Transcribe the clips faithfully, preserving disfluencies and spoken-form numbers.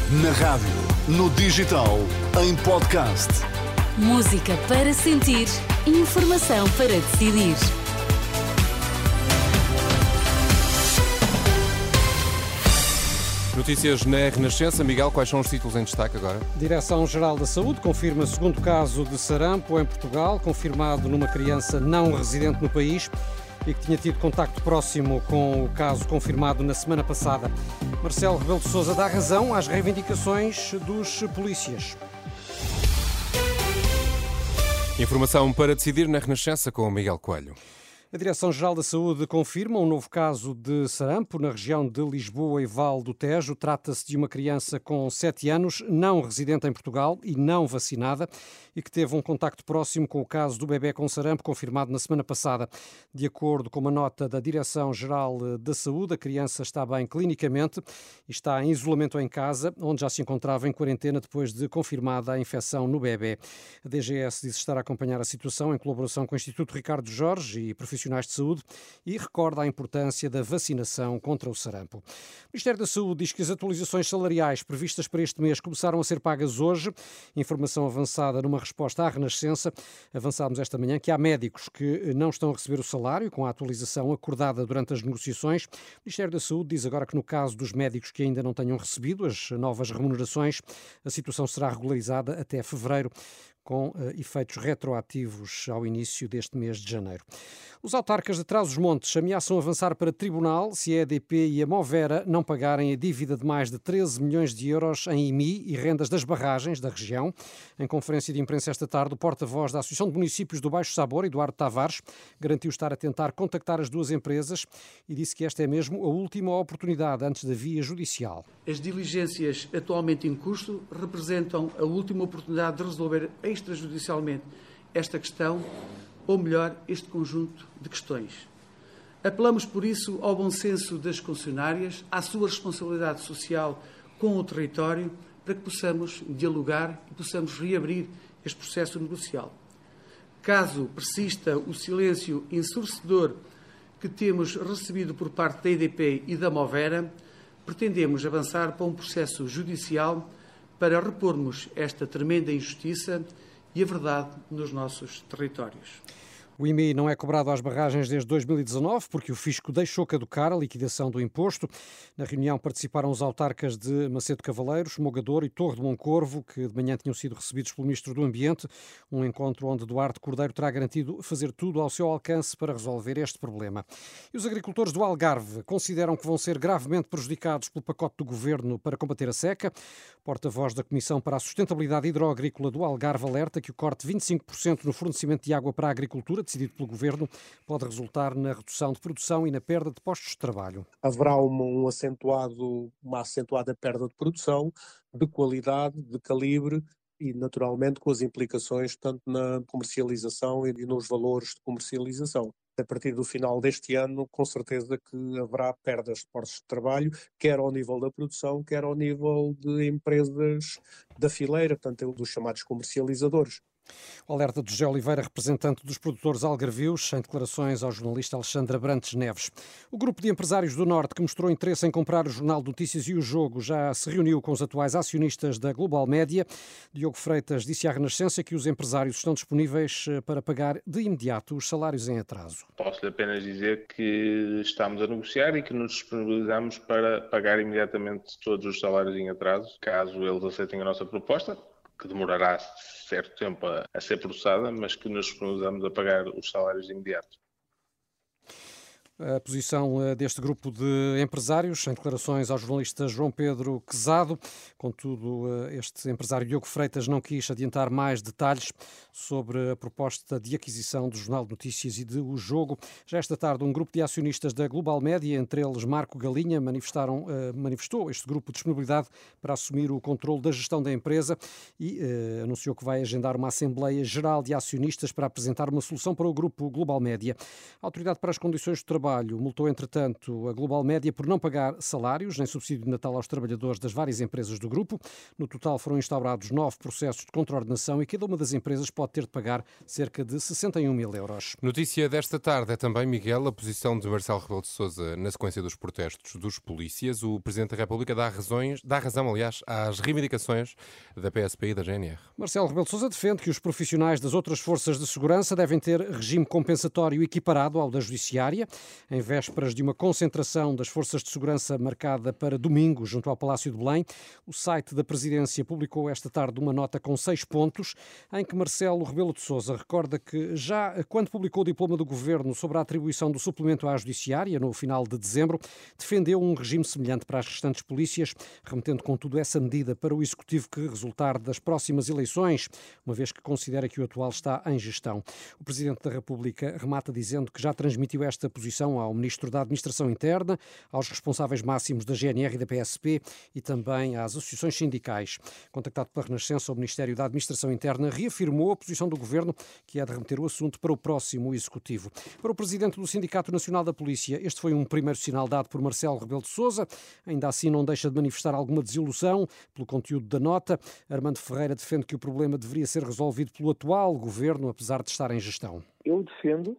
Na rádio, no digital, em podcast. Música para sentir, informação para decidir. Notícias na Renascença. Miguel, quais são os títulos em destaque agora? Direção-Geral da Saúde confirma segundo caso de sarampo em Portugal, confirmado numa criança não residente no país e que tinha tido contacto próximo com o caso confirmado na semana passada. Marcelo Rebelo de Sousa dá razão às reivindicações dos polícias. Informação para decidir na Renascença com o Miguel Coelho. A Direção-Geral da Saúde confirma um novo caso de sarampo na região de Lisboa e Val do Tejo. Trata-se de uma criança com sete anos, não residente em Portugal e não vacinada, e que teve um contacto próximo com o caso do bebê com sarampo, confirmado na semana passada. De acordo com uma nota da Direção-Geral da Saúde, a criança está bem clinicamente e está em isolamento em casa, onde já se encontrava em quarentena depois de confirmada a infecção no bebê. A D G S diz estar a acompanhar a situação em colaboração com o Instituto Ricardo Jorge e profissionais de saúde e recorda a importância da vacinação contra o sarampo. O Ministério da Saúde diz que as atualizações salariais previstas para este mês começaram a ser pagas hoje. Informação avançada numa resposta à Renascença. Avançámos esta manhã que há médicos que não estão a receber o salário com a atualização acordada durante as negociações. O Ministério da Saúde diz agora que no caso dos médicos que ainda não tenham recebido as novas remunerações, a situação será regularizada até fevereiro, com uh, efeitos retroativos ao início deste mês de janeiro. Os autarcas de Trás-os-Montes ameaçam avançar para tribunal se a E D P e a Movera não pagarem a dívida de mais de treze milhões de euros em I M I e rendas das barragens da região. Em conferência de imprensa esta tarde, o porta-voz da Associação de Municípios do Baixo Sabor, Eduardo Tavares, garantiu estar a tentar contactar as duas empresas e disse que esta é mesmo a última oportunidade antes da via judicial. As diligências atualmente em curso representam a última oportunidade de resolver extrajudicialmente esta questão, ou melhor, este conjunto de questões. Apelamos, por isso, ao bom senso das concessionárias, à sua responsabilidade social com o território, para que possamos dialogar e possamos reabrir este processo negocial. Caso persista o silêncio ensurdecedor que temos recebido por parte da E D P e da Movera, pretendemos avançar para um processo judicial para repormos esta tremenda injustiça e a verdade nos nossos territórios. O I M I não é cobrado às barragens desde dois mil e dezanove porque o fisco deixou caducar a liquidação do imposto. Na reunião participaram os autarcas de Macedo Cavaleiros, Mogador e Torre de Moncorvo, que de manhã tinham sido recebidos pelo Ministro do Ambiente. Um encontro onde Duarte Cordeiro terá garantido fazer tudo ao seu alcance para resolver este problema. E os agricultores do Algarve consideram que vão ser gravemente prejudicados pelo pacote do Governo para combater a seca. Porta-voz da Comissão para a Sustentabilidade Hidroagrícola do Algarve alerta que o corte de vinte e cinco por cento no fornecimento de água para a agricultura, decidido pelo Governo, pode resultar na redução de produção e na perda de postos de trabalho. Haverá uma, um acentuado, uma acentuada perda de produção, de qualidade, de calibre e, naturalmente, com as implicações tanto na comercialização e nos valores de comercialização. A partir do final deste ano, com certeza que haverá perdas de postos de trabalho, quer ao nível da produção, quer ao nível de empresas da fileira, portanto, dos chamados comercializadores. O alerta de José Oliveira, representante dos produtores algarvios, em declarações ao jornalista Alexandra Brantes Neves. O grupo de empresários do Norte que mostrou interesse em comprar o Jornal de Notícias e o Jogo já se reuniu com os atuais acionistas da Global Média. Diogo Freitas disse à Renascença que os empresários estão disponíveis para pagar de imediato os salários em atraso. Posso apenas dizer que estamos a negociar e que nos disponibilizamos para pagar imediatamente todos os salários em atraso, caso eles aceitem a nossa proposta, que demorará certo tempo a, a ser processada, mas que nos disponibilizamos a pagar os salários de imediato. A posição deste grupo de empresários, em declarações ao jornalista João Pedro Quezado. Contudo, este empresário Diogo Freitas não quis adiantar mais detalhes sobre a proposta de aquisição do Jornal de Notícias e de O Jogo. Já esta tarde, um grupo de acionistas da Global Média, entre eles Marco Galinha, manifestaram, manifestou este grupo disponibilidade para assumir o controle da gestão da empresa e eh, anunciou que vai agendar uma Assembleia Geral de Acionistas para apresentar uma solução para o grupo Global Média. A Autoridade para as Condições de Trabalho Trabalho multou, entretanto, a Global Média por não pagar salários nem subsídio de Natal aos trabalhadores das várias empresas do grupo. No total foram instaurados nove processos de contraordenação e cada uma das empresas pode ter de pagar cerca de sessenta e um mil euros. Notícia desta tarde é também, Miguel, a posição de Marcelo Rebelo de Sousa na sequência dos protestos dos polícias. O Presidente da República dá, razões, dá razão, aliás, às reivindicações da P S P e da G N R. Marcelo Rebelo de Sousa defende que os profissionais das outras forças de segurança devem ter regime compensatório equiparado ao da Judiciária. Em vésperas de uma concentração das forças de segurança marcada para domingo, junto ao Palácio de Belém, o site da Presidência publicou esta tarde uma nota com seis pontos, em que Marcelo Rebelo de Sousa recorda que já quando publicou o diploma do Governo sobre a atribuição do suplemento à Judiciária, no final de dezembro, defendeu um regime semelhante para as restantes polícias, remetendo contudo essa medida para o Executivo que resultar das próximas eleições, uma vez que considera que o atual está em gestão. O Presidente da República remata dizendo que já transmitiu esta posição ao Ministro da Administração Interna, aos responsáveis máximos da G N R e da P S P e também às associações sindicais. Contactado pela Renascença, o Ministério da Administração Interna reafirmou a posição do Governo, que é de remeter o assunto para o próximo Executivo. Para o Presidente do Sindicato Nacional da Polícia, este foi um primeiro sinal dado por Marcelo Rebelo de Sousa. Ainda assim não deixa de manifestar alguma desilusão pelo conteúdo da nota. Armando Ferreira defende que o problema deveria ser resolvido pelo atual Governo, apesar de estar em gestão. Eu defendo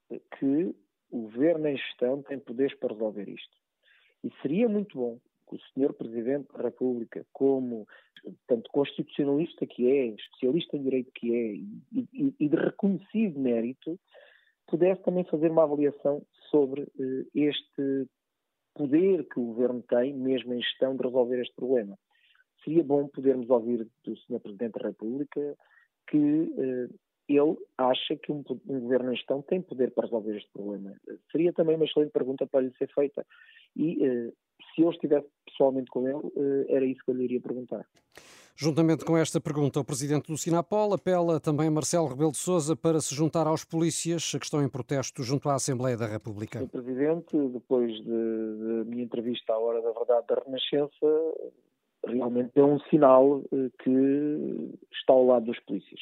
que o Governo em gestão tem poderes para resolver isto. E seria muito bom que o senhor Presidente da República, como tanto constitucionalista que é, especialista em direito que é e, e de reconhecido mérito, pudesse também fazer uma avaliação sobre uh, este poder que o Governo tem, mesmo em gestão, de resolver este problema. Seria bom podermos ouvir do senhor Presidente da República que uh, ele acha que um, um Governo em gestão tem poder para resolver este problema. Seria também uma excelente pergunta para lhe ser feita e uh, se eu estivesse pessoalmente com ele, uh, era isso que eu lhe iria perguntar. Juntamente com esta pergunta, o Presidente do Sinapol apela também a Marcelo Rebelo de Sousa para se juntar aos polícias que estão em protesto junto à Assembleia da República. O Presidente, depois de, de minha entrevista à Hora da Verdade da Renascença, realmente deu um sinal uh, que está ao lado dos polícias.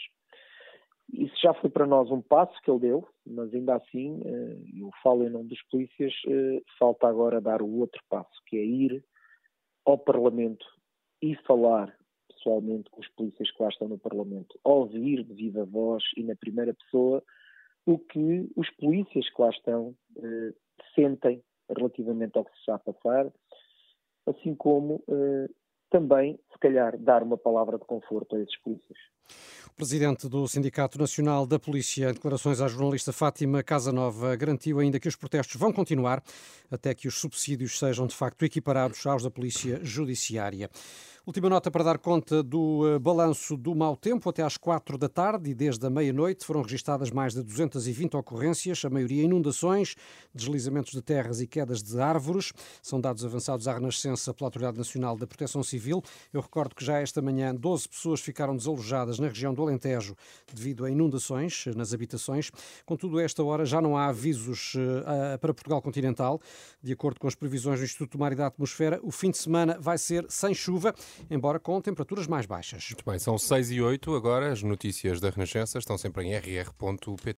Isso já foi para nós um passo que ele deu, mas ainda assim, eu falo em nome dos polícias, falta agora dar o outro passo, que é ir ao Parlamento e falar pessoalmente com os polícias que lá estão no Parlamento, ouvir de viva voz e na primeira pessoa o que os polícias que lá estão sentem relativamente ao que se está a passar, assim como também, se calhar, dar uma palavra de conforto a esses polícias. O Presidente do Sindicato Nacional da Polícia, em declarações à jornalista Fátima Casanova, garantiu ainda que os protestos vão continuar até que os subsídios sejam de facto equiparados aos da Polícia Judiciária. Última nota para dar conta do balanço do mau tempo. Até às quatro da tarde e desde a meia-noite foram registadas mais de duzentas e vinte ocorrências, a maioria inundações, deslizamentos de terras e quedas de árvores. São dados avançados à Renascença pela Autoridade Nacional da Proteção Civil. Eu recordo que já esta manhã doze pessoas ficaram desalojadas na região do Alentejo devido a inundações nas habitações. Contudo, a esta hora já não há avisos uh, para Portugal continental. De acordo com as previsões do Instituto do Mar e da Atmosfera, o fim de semana vai ser sem chuva, embora com temperaturas mais baixas. Muito bem, são seis e oito agora. As notícias da Renascença estão sempre em r r ponto p t.